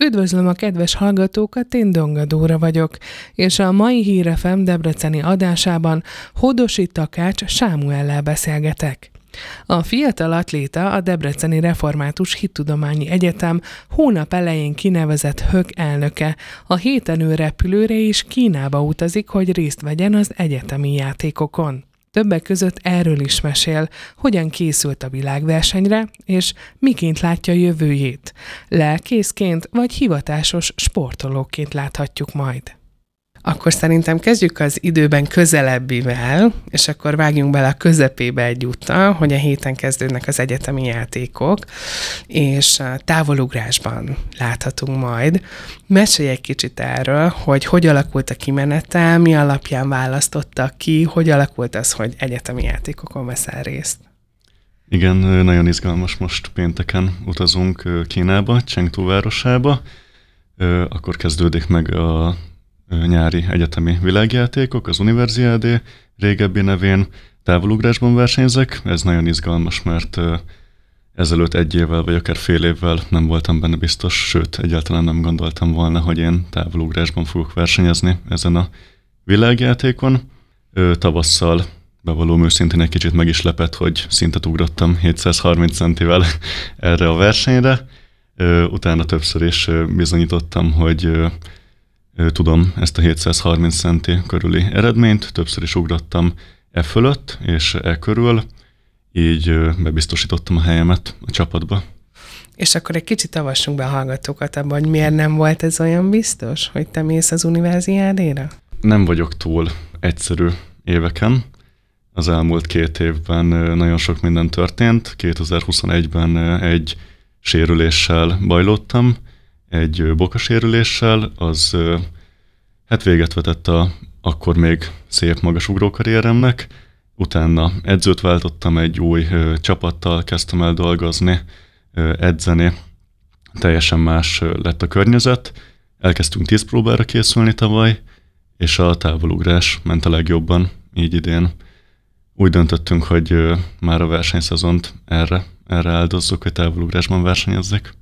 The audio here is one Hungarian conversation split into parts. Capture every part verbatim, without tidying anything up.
Üdvözlöm a kedves hallgatókat, én Donga Dóra vagyok, és a mai Hír ef em debreceni adásában Hodosi Takács Sámuellel beszélgetek. A fiatal atléta a Debreceni Református Hittudományi Egyetem hónap elején kinevezett hök elnöke. A héten ő repülőre is Kínába utazik, hogy részt vegyen az egyetemi játékokon. Többek között erről is mesél, hogyan készült a világversenyre, és miként látja jövőjét. Lelkészként vagy hivatásos sportolóként láthatjuk majd. Akkor szerintem kezdjük az időben közelebbivel, és akkor vágjunk bele a közepébe egyúttal, hogy a héten kezdődnek az egyetemi játékok, és távolugrásban láthatunk majd. Mesélj egy kicsit erről, hogy hogy alakult a kimenetel, mi alapján választottak ki, hogy alakult az, hogy egyetemi játékokon veszel részt. Igen, nagyon izgalmas, most pénteken utazunk Kínába, Chengdu városába, akkor kezdődik meg a nyári egyetemi világjátékok, az Universiade régebbi nevén távolugrásban versenyzek. Ez nagyon izgalmas, mert ezelőtt egy évvel vagy akár fél évvel nem voltam benne biztos, sőt, egyáltalán nem gondoltam volna, hogy én távolugrásban fogok versenyezni ezen a világjátékon. Tavasszal, bevallom őszintén, egy kicsit meg is lepett, hogy szintet ugrottam hétszázharminc centivel erre a versenyre. Utána többször is bizonyítottam, hogy tudom ezt a hétszázharminc centi körüli eredményt, többször is ugrottam e fölött és e körül, így bebiztosítottam a helyemet a csapatba. És akkor egy kicsit avassunk be a hallgatókat abban, hogy miért nem volt ez olyan biztos, hogy te mész az Universiádéra? Nem vagyok túl egyszerű éveken. Az elmúlt két évben nagyon sok minden történt. kétezer-huszonegyben egy sérüléssel bajlódtam, egy bokasérüléssel, az hát véget vetett a akkor még szép magasugró karrieremnek. Utána edzőt váltottam, egy új ö, csapattal kezdtem el dolgozni, ö, edzeni. Teljesen más lett a környezet. Elkezdtünk tíz próbára készülni tavaly, és a távolugrás ment a legjobban, így idén. Úgy döntöttünk, hogy ö, már a versenyszezont erre, erre áldozzuk, hogy távolugrásban versenyezzek.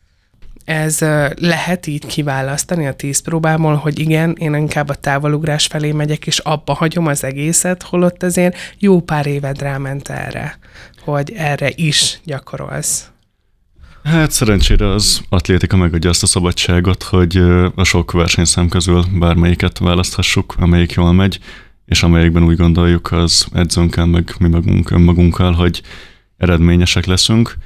Ez lehet így kiválasztani a tíz próbából, hogy igen, én inkább a távolugrás felé megyek, és abba hagyom az egészet, holott azért jó pár éved ráment erre, hogy erre is gyakorolsz. Hát szerencsére az atlétika megadja azt a szabadságot, hogy a sok versenyszám közül bármelyiket választhassuk, amelyik jól megy, és amelyikben úgy gondoljuk az edzőnkkel, meg mi magunk, önmagunkkal, hogy eredményesek leszünk.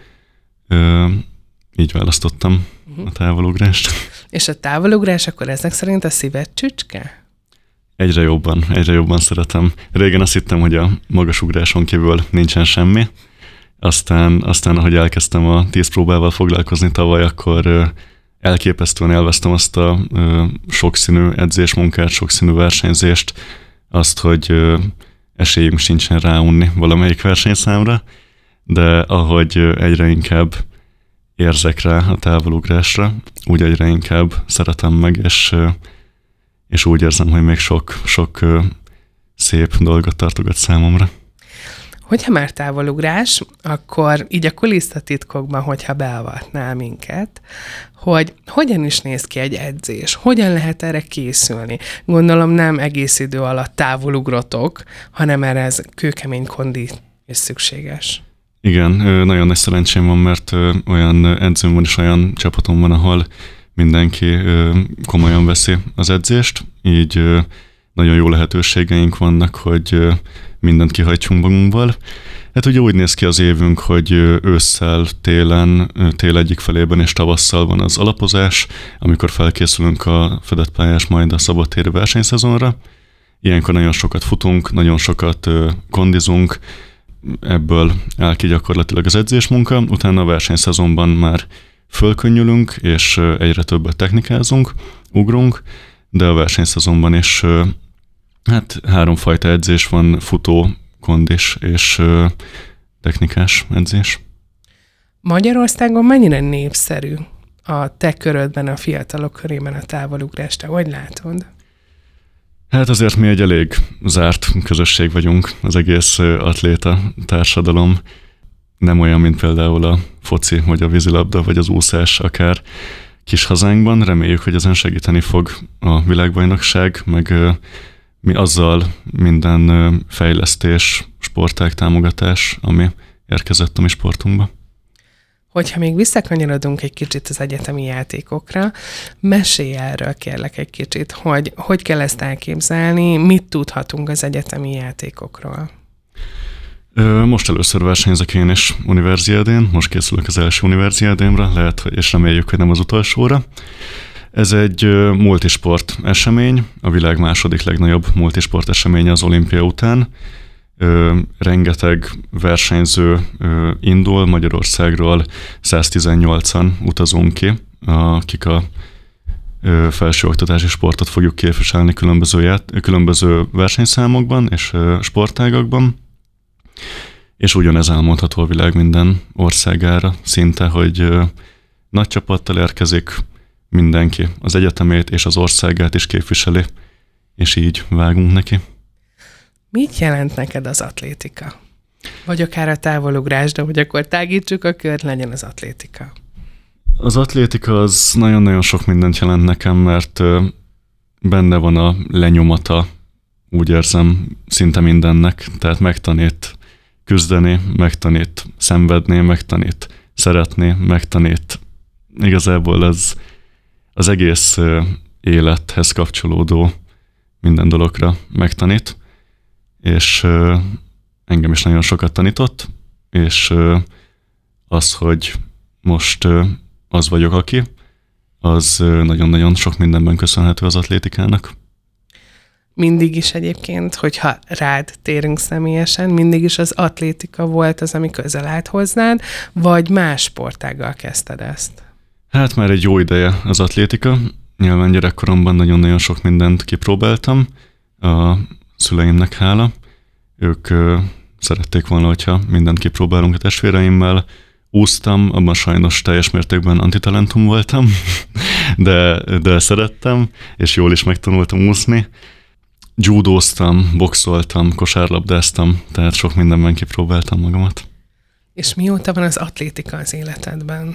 Így választottam a távolugrást. És a távolugrás akkor ezek szerint a szíved csücske? Egyre jobban, egyre jobban szeretem. Régen azt hittem, hogy a magasugráson kívül nincsen semmi. Aztán, aztán ahogy elkezdtem a tíz próbával foglalkozni tavaly, akkor elképesztően élveztem azt a sokszínű edzésmunkát, sokszínű versenyzést, azt, hogy esélyünk sincsen ráunni valamelyik versenyszámra, de ahogy egyre inkább érzek rá a távolugrásra, úgy egyre inkább szeretem meg, és, és úgy érzem, hogy még sok, sok szép dolgot tartogat számomra. Hogyha már távolugrás, akkor így a kulisszatitkokban, hogyha beavatnál minket, hogy hogyan is néz ki egy edzés, hogyan lehet erre készülni. Gondolom nem egész idő alatt távolugrotok, hanem erre ez kőkemény kondi is szükséges. Igen, nagyon nagy szerencsém van, mert olyan edzőm van és olyan csapatom van, ahol mindenki komolyan veszi az edzést, így nagyon jó lehetőségeink vannak, hogy mindent kihajtsunk magunkból. Hát ugye úgy néz ki az évünk, hogy ősszel, télen, tél egyik felében és tavasszal van az alapozás, amikor felkészülünk a fedett pályás, majd a szabadtéri versenyszezonra. Ilyenkor nagyon sokat futunk, nagyon sokat kondizunk, ebből áll ki gyakorlatilag az edzésmunka, utána a versenyszezonban már fölkönnyülünk, és egyre többet technikázunk, ugrunk, de a versenyszezonban is hát háromfajta edzés van, futó, kondis és technikás edzés. Magyarországon mennyire népszerű a te körödben, a fiatalok körében a távolugrás? Te hogy látod? Hát azért mi egy elég zárt közösség vagyunk, az egész atléta társadalom. Nem olyan, mint például a foci, vagy a vízilabda, vagy az úszás akár. kis hazánkban. Reméljük, hogy ezen segíteni fog a világbajnokság, meg mi azzal minden fejlesztés, sportág, támogatás, ami érkezett a mi sportunkba. Hogyha még visszakanyarodunk egy kicsit az egyetemi játékokra, mesélj erről kérlek egy kicsit, hogy hogy kell ezt elképzelni, mit tudhatunk az egyetemi játékokról? Most először versenyzek én is univerziádén, most készülök az első univerziádémra, lehet, és reméljük, hogy nem az utolsóra. Ez egy multisport esemény, a világ második legnagyobb multisport eseménye az olimpia után. Ö, rengeteg versenyző ö, indul, Magyarországról száztizennyolcan utazunk ki, akik a ö, felsőoktatási sportot fogjuk képviselni különböző, ját, különböző versenyszámokban és ö, sportágakban. És ugyanez elmondható a világ minden országára szinte, hogy ö, nagy csapattal érkezik, mindenki az egyetemét és az országát is képviseli, és így vágunk neki. Mit jelent neked az atlétika? Vagy akár a távolugrás, de hogy akkor tágítsuk a kört, legyen az atlétika. Az atlétika az nagyon-nagyon sok mindent jelent nekem, mert benne van a lenyomata, úgy érzem, szinte mindennek. Tehát megtanít küzdeni, megtanít szenvedni, megtanít szeretni, megtanít igazából az, az egész élethez kapcsolódó minden dologra megtanít. És uh, engem is nagyon sokat tanított, és uh, az, hogy most uh, az vagyok, aki, az uh, nagyon-nagyon sok mindenben köszönhető az atlétikának. Mindig is egyébként, hogyha rád térünk személyesen, mindig is az atlétika volt az, ami közel állt hozzád, vagy más sportággal kezdted ezt? Hát már egy jó ideje az atlétika. Nyilván gyerekkoromban nagyon-nagyon sok mindent kipróbáltam. A szüleimnek hála. Ők ö, szerették volna, hogyha mindent kipróbálunk a testvéreimmel. Úsztam, abban sajnos teljes mértékben antitalentum voltam, de, de szerettem, és jól is megtanultam úszni. Judóztam, boxoltam, kosárlabdáztam, tehát sok mindenben kipróbáltam magamat. És mióta van az atlétika az életedben?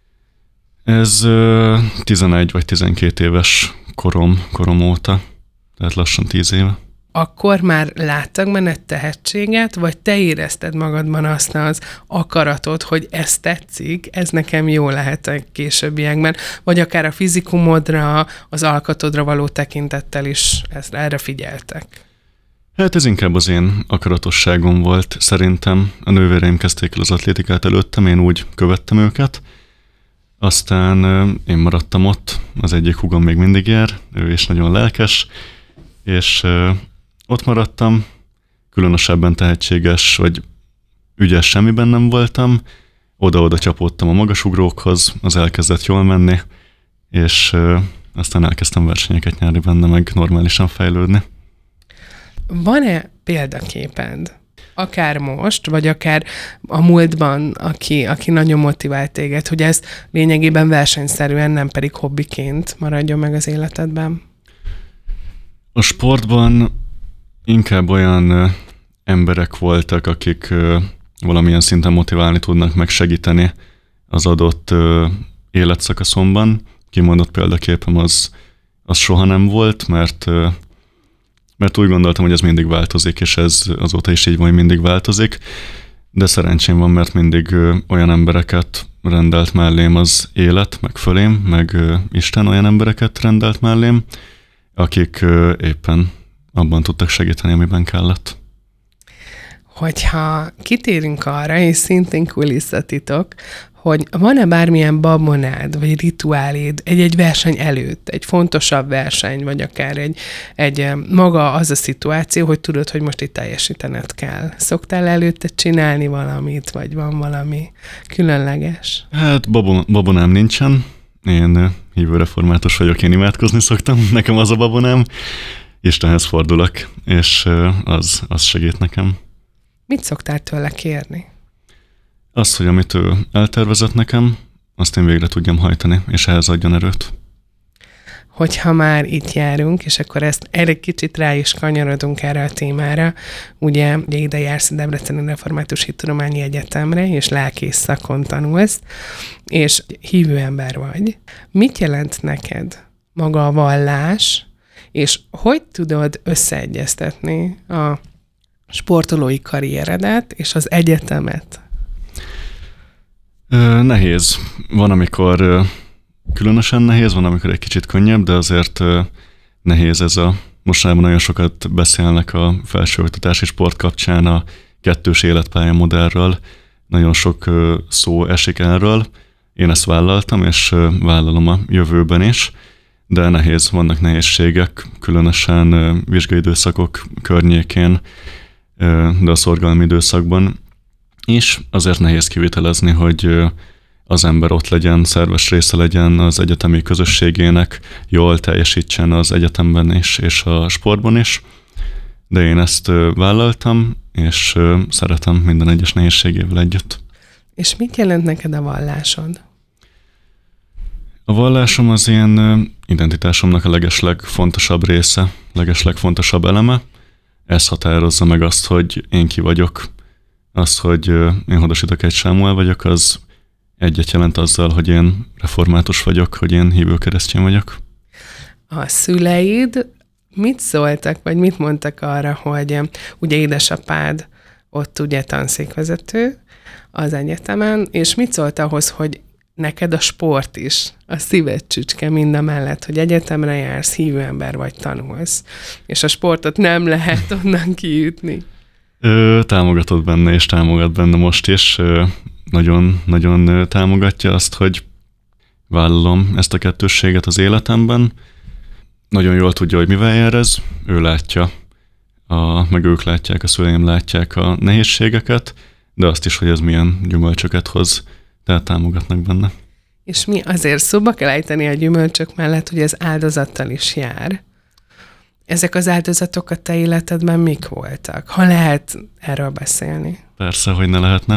Ez ö, tizenegy vagy tizenkét éves korom, korom óta, tehát lassan tíz éve. Akkor már láttak benned tehetséget, vagy te érezted magadban azt az akaratot, hogy ez tetszik, ez nekem jó lehet a későbbiekben, vagy akár a fizikumodra, az alkatodra való tekintettel is ezt, erre figyeltek? Hát ez inkább az én akaratosságom volt, szerintem. A nővéreim kezdték el az atlétikát előttem, én úgy követtem őket. Aztán én maradtam ott, az egyik húgom még mindig jár, ő is nagyon lelkes, és ott maradtam, különösebben tehetséges, vagy ügyes semmiben nem voltam, oda-oda csapódtam a magasugrókhoz, az elkezdett jól menni, és aztán elkezdtem versenyeket nyerni benne, meg normálisan fejlődni. Van-e példaképed? Akár most, vagy akár a múltban, aki, aki nagyon motivált téged, hogy ez lényegében versenyszerűen, nem pedig hobbiként maradjon meg az életedben? A sportban inkább olyan emberek voltak, akik valamilyen szinten motiválni tudnak, meg segíteni az adott életszakaszomban. Kimondott példaképem az, az soha nem volt, mert, mert úgy gondoltam, hogy ez mindig változik, és ez azóta is így van, hogy mindig változik. De szerencsém van, mert mindig olyan embereket rendelt mellém az élet, meg fölém, meg Isten olyan embereket rendelt mellém, akik éppen abban tudtak segíteni, amiben kellett. Hogyha kitérünk arra, és szintén kulisszatitok, hogy van-e bármilyen babonád, vagy rituáléd egy-egy verseny előtt, egy fontosabb verseny, vagy akár egy, egy maga az a szituáció, hogy tudod, hogy most itt teljesítened kell. Szoktál előtte csinálni valamit, vagy van valami különleges? Hát babon, babonám nincsen. Én hívő református vagyok, én imádkozni szoktam. Nekem az a babonám. Istenhez fordulok, és az, az segít nekem. Mit szoktál tőle kérni? Azt, hogy amit ő eltervezett nekem, azt én végre tudjam hajtani, és ehhez adjon erőt. hogyha már itt járunk, és akkor ezt egy kicsit rá is kanyarodunk erre a témára, ugye, ugye ide jársz a Debreceni Református Hittudományi Egyetemre, és lelkész szakon tanulsz, és hívő ember vagy. Mit jelent neked maga a vallás, és hogy tudod összeegyeztetni a sportolói karrieredet és az egyetemet? Ö, nehéz. Van, amikor ö, különösen nehéz, van, amikor egy kicsit könnyebb, de azért ö, nehéz ez a... Mostanában nagyon sokat beszélnek a felsőoktatási sport kapcsán a kettős életpályamodellről. Nagyon sok ö, szó esik erről. Én ezt vállaltam, és ö, vállalom a jövőben is, de nehéz, vannak nehézségek, különösen ö, vizsgai időszakok környékén, ö, de a szorgalmi időszakban is azért nehéz kivitelezni, hogy az ember ott legyen, szerves része legyen az egyetemi közösségének, jól teljesítsen az egyetemben is, és a sportban is. De én ezt vállaltam, és szeretem minden egyes nehézségével együtt. És mit jelent neked a vallásod? A vallásom az én identitásomnak a legeslegfontosabb része, legeslegfontosabb eleme. Ez határozza meg azt, hogy én ki vagyok. Az, hogy én Hodosita Kegy Sámuel vagyok, az egyet jelent azzal, hogy én református vagyok, hogy én hívő keresztény vagyok. A szüleid mit szóltak, vagy mit mondtak arra, hogy ugye édesapád ott ugye tanszékvezető az egyetemen, és mit szólt ahhoz, hogy neked a sport is a szíved csücske mindamellett, hogy egyetemre jársz, hívő ember vagy, tanulsz, és a sportot nem lehet onnan kiütni? Ö, támogatott benne, és támogat benne most is. Nagyon-nagyon támogatja azt, hogy vállalom ezt a kettősséget az életemben. Nagyon jól tudja, hogy mivel jár ez. Ő látja, a, meg ők látják, a szüleim látják a nehézségeket, de azt is, hogy ez milyen gyümölcsöket hoz, tehát támogatnak benne. És mi azért szóba kell ejteni a gyümölcsök mellett, hogy ez áldozattal is jár. Ezek az áldozatok a te életedben mik voltak? Ha lehet erről beszélni? Persze, hogy ne lehetne.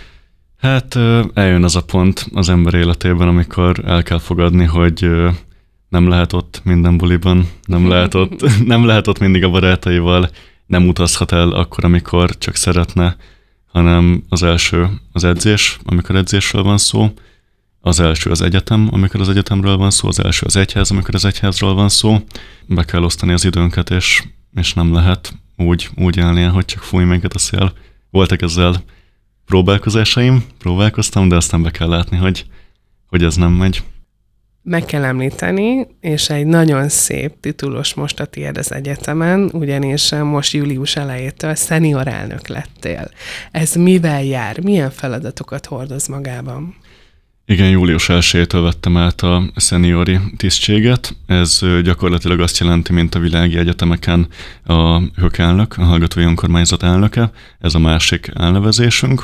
Hát eljön az a pont az ember életében, amikor el kell fogadni, hogy nem lehet ott minden buliban, nem lehet ott, nem lehet ott mindig a barátaival, nem utazhat el akkor, amikor csak szeretne, hanem az első az edzés, amikor edzésről van szó, az első az egyetem, amikor az egyetemről van szó, az első az egyház, amikor az egyházról van szó. Be kell osztani az időnket, és, és nem lehet úgy, úgy élni, hogy csak fúj minket a szél. Voltak ezzel próbálkozásaim, próbálkoztam, de aztán be kell látni, hogy, hogy ez nem megy. Meg kell említeni, és egy nagyon szép titulus most a tiéd az egyetemen, ugyanis most július elejétől szenior elnök lettél. Ez mivel jár? Milyen feladatokat hordoz magában? Igen, július elsejétől vettem át a szeniori tisztséget. Ez gyakorlatilag azt jelenti, mint a világi egyetemeken a hökelnök, a Hallgatói Önkormányzat elnöke. Ez a másik elnevezésünk.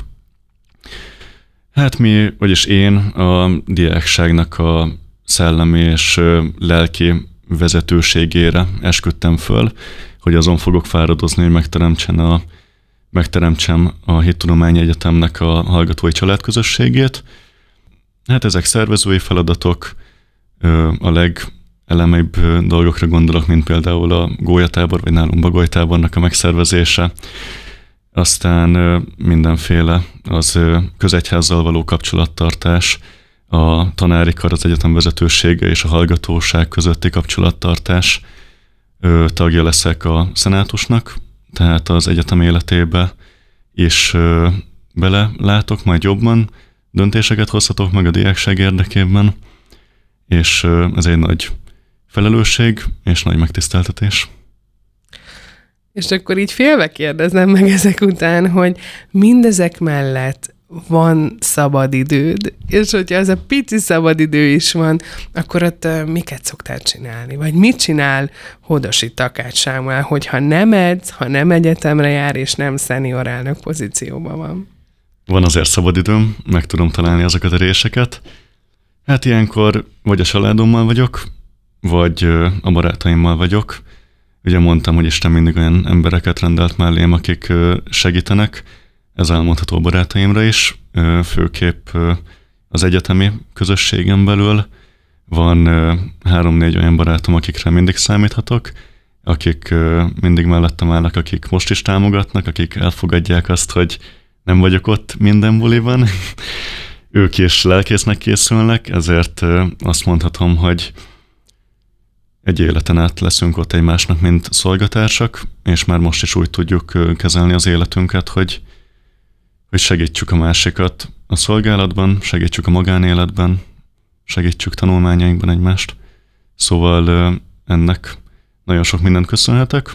Hát mi, vagyis én a diákságnak a szellemi és lelki vezetőségére esküdtem föl, hogy azon fogok fáradozni, hogy megteremtsen a, megteremtsem a Hittudományi Egyetemnek a hallgatói családközösségét. Hát ezek szervezői feladatok, a legelemeibb dolgokra gondolok, mint például a gólyatábor, vagy nálunk bagolytábornak a megszervezése. Aztán mindenféle az közegyházzal való kapcsolattartás, a tanári kar, az egyetem vezetősége és a hallgatóság közötti kapcsolattartás. Tagja leszek a szenátusnak, tehát az egyetem életébe is bele látok majd jobban, döntéseket hozhatok meg a diákság érdekében, és ez egy nagy felelősség és nagy megtiszteltetés. És akkor így félve kérdezem meg ezek után, hogy mindezek mellett van szabadidőd, és hogyha az a pici szabadidő is van, akkor ott miket szoktál csinálni? Vagy mit csinál Hodosi Takács Sámuel, hogyha nem edz, ha nem egyetemre jár, és nem szenior elnök pozícióban van? Van azért szabadidőm, meg tudom találni azokat a réseket. Hát ilyenkor vagy a családommal vagyok, vagy a barátaimmal vagyok. Ugye mondtam, hogy Isten mindig olyan embereket rendelt mellém, akik segítenek. Ez elmondható barátaimra is, főképp az egyetemi közösségem belül. Van három-négy olyan barátom, akikre mindig számíthatok, akik mindig mellettem állnak, akik most is támogatnak, akik elfogadják azt, hogy nem vagyok ott minden buliban. Ők is lelkésznek készülnek, ezért azt mondhatom, hogy egy életen át leszünk ott egymásnak, mint szolgatársak, és már most is úgy tudjuk kezelni az életünket, hogy, hogy segítsük a másikat a szolgálatban, segítsük a magánéletben, segítsük tanulmányainkban egymást. Szóval ennek nagyon sok mindent köszönhetek.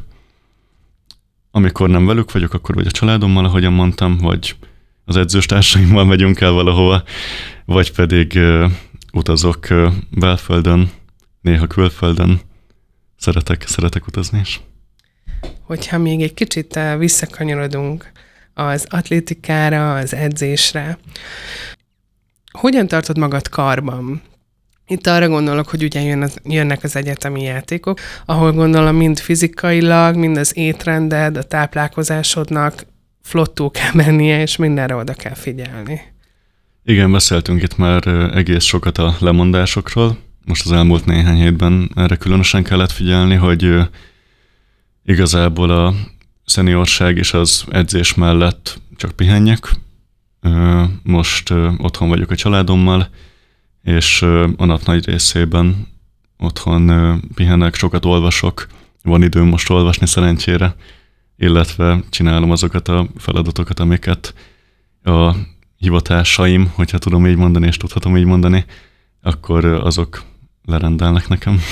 Amikor nem velük vagyok, akkor vagy a családommal, ahogyan mondtam, vagy az edzőstársaimmal megyünk el valahova, vagy pedig uh, utazok uh, belföldön, néha külföldön. Szeretek, szeretek utazni is. Hogyha még egy kicsit visszakanyarodunk az atlétikára, az edzésre, hogyan tartod magad karban? Itt arra gondolok, hogy ugye jön az, jönnek az egyetemi játékok, ahol gondolom mind fizikailag, mind az étrended, a táplálkozásodnak flottul kell mennie, és mindenre oda kell figyelni. Igen, beszéltünk itt már egész sokat a lemondásokról. Most az elmúlt néhány hétben erre különösen kellett figyelni, hogy igazából a szeniorság és az edzés mellett csak pihenjek. Most otthon vagyok a családommal, és a nap nagy részében otthon pihenek, sokat olvasok, van időm most olvasni szerencsére, illetve csinálom azokat a feladatokat, amiket a hivatásaim, hogyha tudom így mondani, és tudhatom így mondani, akkor azok lerendelnek nekem.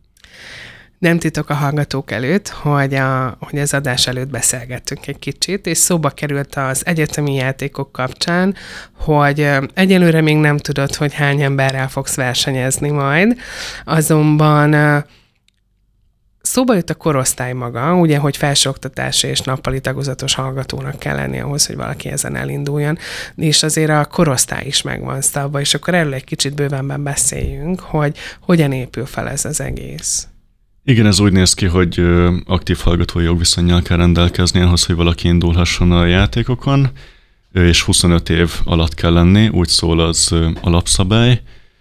Nem titok a hallgatók előtt, hogy, a, hogy az adás előtt beszélgettünk egy kicsit, és szóba került az egyetemi játékok kapcsán, hogy egyelőre még nem tudod, hogy hány emberrel fogsz versenyezni majd, azonban szóba jött a korosztály maga, ugye, hogy felsőoktatási és nappali tagozatos hallgatónak kell lenni ahhoz, hogy valaki ezen elinduljon, és azért a korosztály is megvan szabva, és akkor erről egy kicsit bővenben beszéljünk, hogy hogyan épül fel ez az egész. Igen, ez úgy néz ki, hogy aktív hallgatói jogviszonnyal kell rendelkezni ahhoz, hogy valaki indulhasson a játékokon, és huszonöt év alatt kell lenni, úgy szól az alapszabály.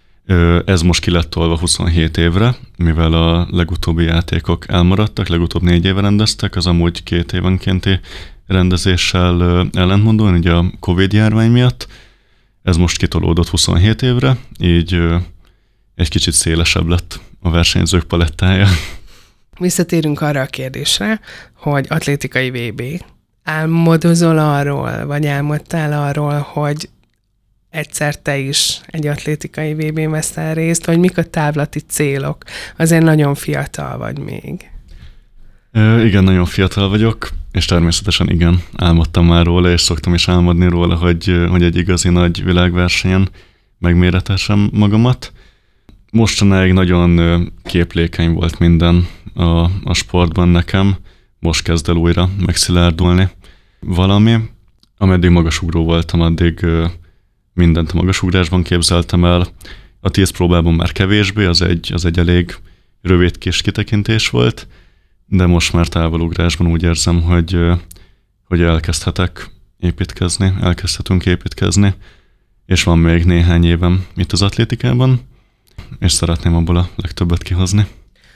Ez most ki lett tolva huszonhét évre, mivel a legutóbbi játékok elmaradtak, legutóbb négy éve rendeztek, az amúgy két évenkénti rendezéssel ellentmondóan, ugye a Covid járvány miatt. Ez most kitolódott huszonhét évre, így egy kicsit szélesebb lett a versenyzők palettája. Visszatérünk arra a kérdésre, hogy atlétikai vé bé. Álmodozol arról, vagy álmodtál arról, hogy egyszer te is egy atlétikai vé bén veszel részt, vagy mik a távlati célok? Azért nagyon fiatal vagy még. E, igen, nagyon fiatal vagyok, és természetesen igen, álmodtam már róla, és szoktam is álmodni róla, hogy, hogy egy igazi nagy világversenyen megméretessem magamat. Mostanáig nagyon képlékeny volt minden a, a sportban nekem, most kezd el újra megszilárdulni valami. Ameddig magasugró voltam, addig mindent a magasugrásban képzeltem el. A tíz próbában már kevésbé, az egy, az egy elég rövid kis kitekintés volt, de most már távolugrásban úgy érzem, hogy, hogy elkezdhetek építkezni, elkezdhetünk építkezni, és van még néhány évem itt az atlétikában, és szeretném abból a legtöbbet kihozni.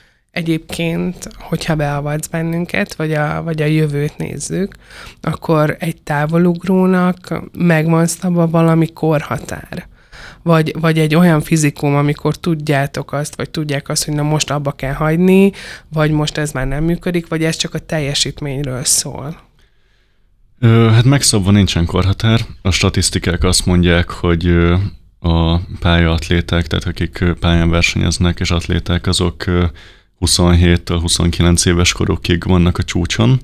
Egyébként, hogyha beavatsz bennünket, vagy a, vagy a jövőt nézzük, akkor egy távolugrónak megvan szabva valami korhatár. Vagy, vagy egy olyan fizikum, amikor tudjátok azt, vagy tudják azt, hogy na most abba kell hagyni, vagy most ez már nem működik, vagy ez csak a teljesítményről szól. Ö, hát megszabva nincsen korhatár. A statisztikák azt mondják, hogy a pályaatléták, tehát akik pályán versenyeznek, és atléták, azok huszonhéttől huszonkilenc éves korukig vannak a csúcson.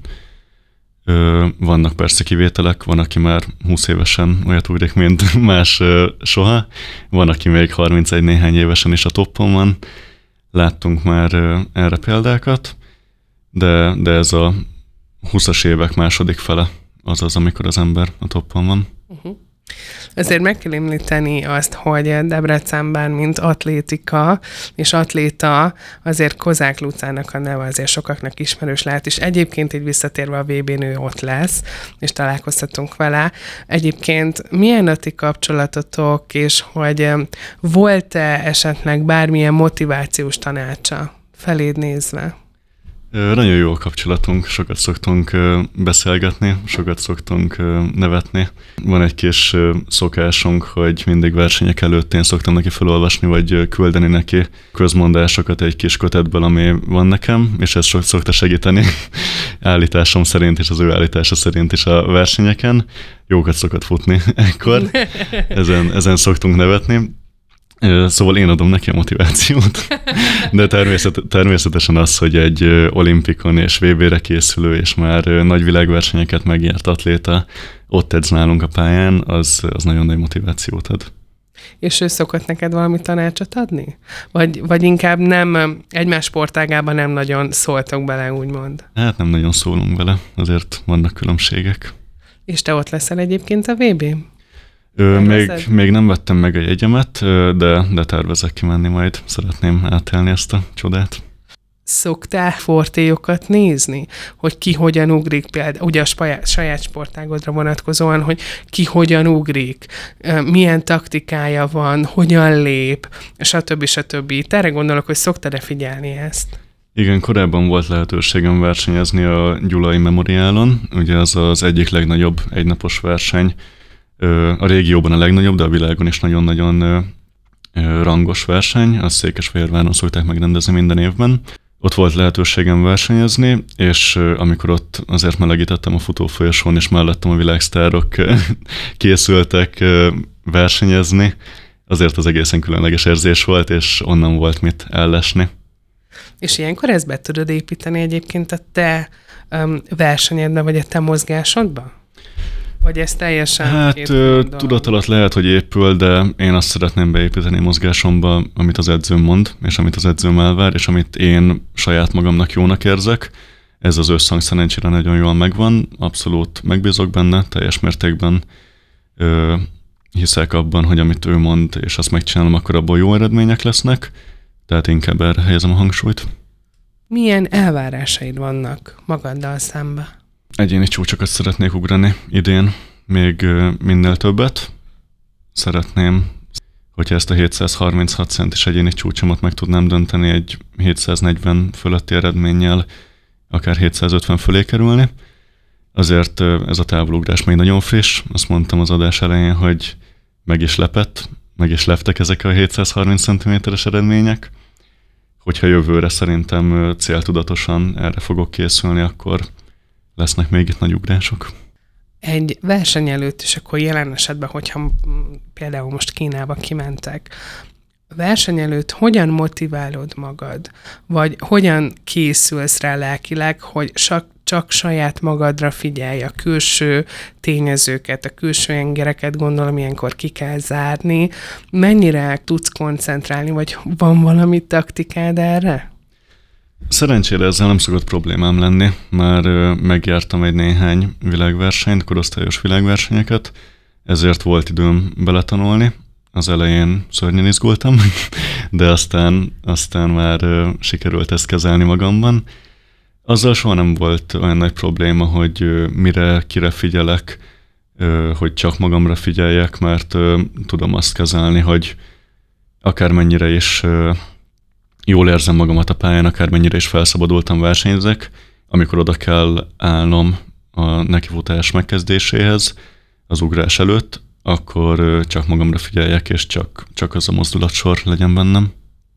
Vannak persze kivételek, van, aki már húsz évesen olyat ugrik, mint más soha. Van, aki még harmincegy néhány évesen is a toppon van. Láttunk már erre példákat, de, de ez a húszas évek második fele az az, amikor az ember a toppon van. Uh-huh. Azért meg kell említeni azt, hogy Debrecenben, mint atlétika és atléta, azért Kozák Lucának a neve azért sokaknak ismerős lehet, és egyébként így visszatérve a vé bén ő ott lesz, és találkozhatunk vele. Egyébként milyen a ti kapcsolatotok, és hogy volt-e esetleg bármilyen motivációs tanácsa feléd nézve? Nagyon jó a kapcsolatunk, sokat szoktunk beszélgetni, sokat szoktunk nevetni. Van egy kis szokásunk, hogy mindig versenyek előtt én szoktam neki felolvasni, vagy küldeni neki közmondásokat egy kis kötetből, ami van nekem, és ez szokta segíteni állításom szerint, és az ő állítása szerint is a versenyeken. Jókat szokott futni ekkor, ezen, ezen szoktunk nevetni. Szóval én adom neki a motivációt, de természet, természetesen az, hogy egy olimpikon és vé bére készülő, és már nagy világversenyeket megért atléta ott edz nálunk a pályán, az, az nagyon nagy motivációt ad. És ő szokott neked valami tanácsot adni? Vagy, vagy inkább nem, egymás sportágában nem nagyon szóltok bele, úgymond? Hát nem nagyon szólunk bele, azért vannak különbségek. És te ott leszel egyébként a vé bén? Ö, még, még nem vettem meg a jegyemet, de, de tervezek kimenni majd. Szeretném átélni ezt a csodát. Szoktál fortélyokat nézni? Hogy ki hogyan ugrik, például ugye a saját, saját sportágodra vonatkozóan, hogy ki hogyan ugrik, milyen taktikája van, hogyan lép, stb. stb. Te erre gondolok, hogy szoktad-e figyelni ezt? Igen, korábban volt lehetőségem versenyezni a Gyulai Memoriálon. Ugye az az egyik legnagyobb egynapos verseny, a régióban a legnagyobb, de a világon is nagyon-nagyon rangos verseny. Azt Székesfehérváron szokták megrendezni minden évben. Ott volt lehetőségem versenyezni, és amikor ott azért melegítettem a futófolyosón, és mellettem a világsztárok készültek versenyezni, azért az egészen különleges érzés volt, és onnan volt mit ellesni. És ilyenkor ezt be tudod építeni egyébként a te um, versenyedbe, vagy a te mozgásodba? Vagy ez teljesen Hát tudat alatt lehet, hogy épül, de én azt szeretném beépíteni mozgásomba, amit az edzőm mond, és amit az edzőm elvár, és amit én saját magamnak jónak érzek. Ez az összhang szerencsére nagyon jól megvan, abszolút megbízok benne, teljes mértékben ö, hiszek abban, hogy amit ő mond, és azt megcsinálom, akkor abból jó eredmények lesznek, tehát inkább erre helyezem a hangsúlyt. Milyen elvárásaid vannak magaddal szembe? Egyéni csúcsokat szeretnék ugrani idén, még minél többet. Szeretném, hogyha ezt a hétszázharminchat centis egyéni csúcsomat meg tudnám dönteni egy hétszáznegyven fölötti eredménnyel, akár hétszázötven fölé kerülni. Azért ez a távolugrás még nagyon friss. Azt mondtam az adás elején, hogy meg is lepett, meg is leptek ezek a hétszázharminc centiméteres eredmények. Hogyha jövőre szerintem céltudatosan erre fogok készülni, akkor lesznek még itt nagy ugrások. Egy verseny előtt is akkor jelen esetben, hogyha például most Kínába kimentek, verseny előtt hogyan motiválod magad? Vagy hogyan készülsz rá lelkileg, hogy csak saját magadra figyelj, a külső tényezőket, a külső engereket gondolom ilyenkor ki kell zárni. Mennyire tudsz koncentrálni, vagy van valami taktikád erre? Szerencsére ezzel nem szokott problémám lenni, már megjártam egy néhány világversenyt, korosztályos világversenyeket, ezért volt időm beletanulni. Az elején szörnyen izgultam, de aztán, aztán már sikerült ezt kezelni magamban. Azzal soha nem volt olyan nagy probléma, hogy mire, kire figyelek, hogy csak magamra figyeljek, mert tudom azt kezelni, hogy akármennyire is jól érzem magamat a pályán, akármennyire is felszabadultam versenyzek, amikor oda kell állnom a nekifutás megkezdéséhez, az ugrás előtt, akkor csak magamra figyeljek, és csak, csak az a mozdulatsor legyen bennem.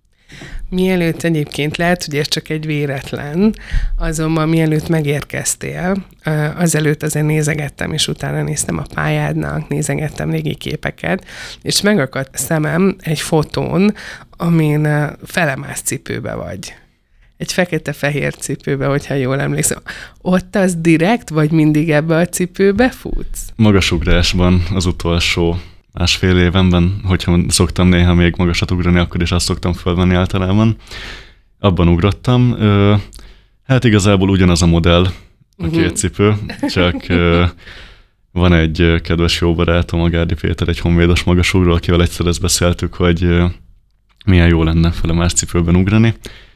Mielőtt egyébként lehet, hogy ez csak egy véletlen, azonban mielőtt megérkeztél, azelőtt azért nézegettem, és utána néztem a pályádnak, nézegettem régi képeket, és megakadt a szemem egy fotón, amin felemász cipőbe vagy. Egy fekete-fehér cipőbe, hogyha jól emlékszem. Ott az direkt, vagy mindig ebbe a cipőbe futsz? Magasugrásban az utolsó másfél évenben, hogyha szoktam néha még magasat ugrani, akkor is azt szoktam fölvenni általában. Abban ugrottam. Hát igazából ugyanaz a modell, a két cipő, csak Van egy kedves jó barátom, a Gárdi Péter, egy honvédos magasugról, akivel egyszer ezt beszéltük, hogy milyen jó lenne fele más cipőben ugrani.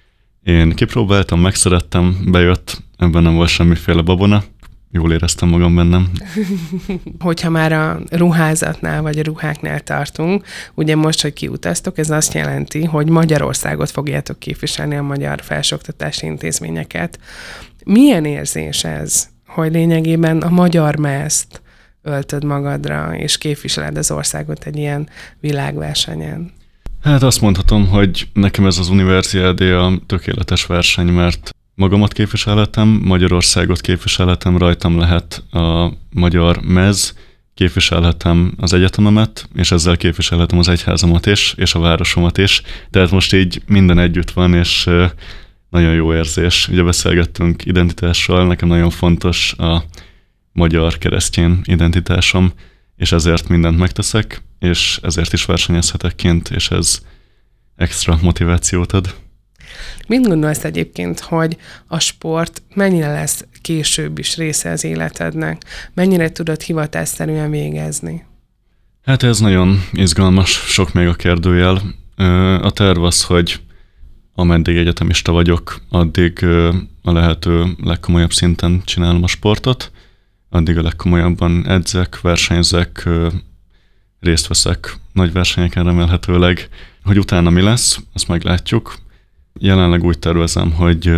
Én kipróbáltam, megszerettem, bejött, ebben nem volt semmiféle babona, jól éreztem magam bennem. Hogyha már a ruházatnál vagy a ruháknál tartunk, ugye most, hogy kiutaztok, ez azt jelenti, hogy Magyarországot fogjátok képviselni, a magyar felsőoktatási intézményeket. Milyen érzés ez, hogy lényegében a magyar mezt öltöd magadra, és képviseled az országot egy ilyen világversenyen? Hát azt mondhatom, hogy nekem ez az Universiade a tökéletes verseny, mert magamat képviselhetem, Magyarországot képviselhetem, rajtam lehet a magyar mez, képviselhetem az egyetememet, és ezzel képviselhetem az egyházamat is, és a városomat is. Tehát most így minden együtt van, és nagyon jó érzés. Ugye beszélgettünk identitásról, nekem nagyon fontos a magyar keresztény identitásom, és ezért mindent megteszek, és ezért is versenyezhetek kint, és ez extra motivációt ad. Mit gondolsz egyébként, hogy a sport mennyire lesz később is része az életednek? Mennyire tudod hivatásszerűen végezni? Hát ez nagyon izgalmas, sok még a kérdőjel. A terv az, hogy ameddig egyetemista vagyok, addig a lehető legkomolyabb szinten csinálom a sportot, addig a legkomolyabban edzek, versenyzek, részt veszek nagy versenyeken remélhetőleg. Hogy utána mi lesz, azt meglátjuk. Jelenleg úgy tervezem, hogy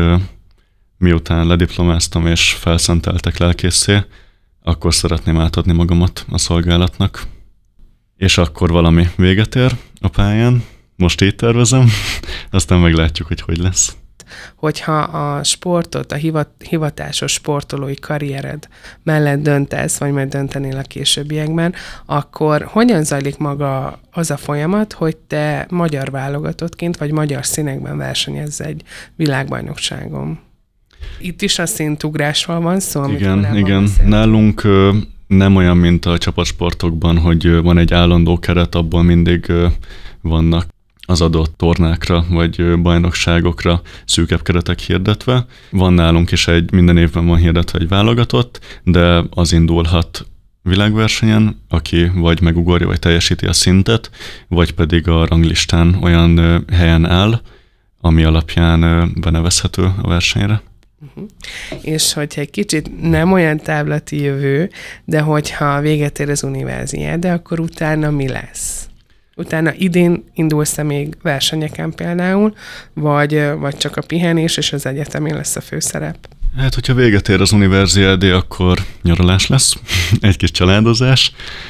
miután lediplomáztam és felszenteltek lelkészé, akkor szeretném átadni magamat a szolgálatnak. És akkor valami véget ér a pályán. Most így tervezem, aztán meglátjuk, hogy hogy lesz. Hogyha a sportot, a hivat, hivatásos sportolói karriered mellett döntesz, vagy majd döntenél a későbbiekben, akkor hogyan zajlik maga az a folyamat, hogy te magyar válogatottként, vagy magyar színekben versenyezz egy világbajnokságon? Itt is a szintugrásról van szó? Igen, igen. Nálunk nem olyan, mint a csapatsportokban, hogy van egy állandó keret, abból mindig vannak az adott tornákra vagy bajnokságokra szűkebb keretek hirdetve. Van nálunk is egy, minden évben van hirdetve egy válogatott, de az indulhat világversenyen, aki vagy megugorja, vagy teljesíti a szintet, vagy pedig a ranglistán olyan helyen áll, ami alapján benevezhető a versenyre. Uh-huh. És hogyha egy kicsit nem olyan távlati jövő, de hogyha véget ér az Universiade, akkor utána mi lesz? Utána idén indulsz-e még versenyeken például, vagy, vagy csak a pihenés és az egyetemén lesz a főszerep? Hát, hogyha véget ér az Universiade, akkor nyaralás lesz, egy kis családozás,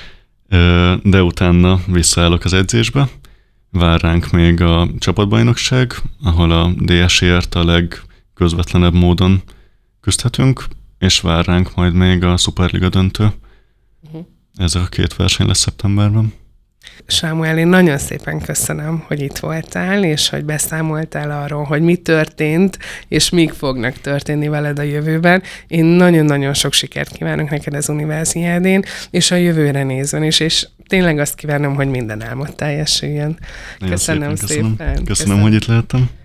de utána visszaállok az edzésbe. Vár ránk még a csapatbajnokság, ahol a dé es é-ért a legközvetlenebb módon küzdhetünk, és vár ránk majd még a Szuperliga döntő. Uh-huh. Ezek a két verseny lesz szeptemberben. Sámuel, én nagyon szépen köszönöm, hogy itt voltál, és hogy beszámoltál arról, hogy mi történt, és mik fognak történni veled a jövőben. Én nagyon-nagyon sok sikert kívánok neked az Universiadén, és a jövőre nézven is, és tényleg azt kívánom, hogy minden álmod teljesüljön. Köszönöm, szépen, köszönöm szépen. Köszönöm, köszönöm, hogy itt lehettem.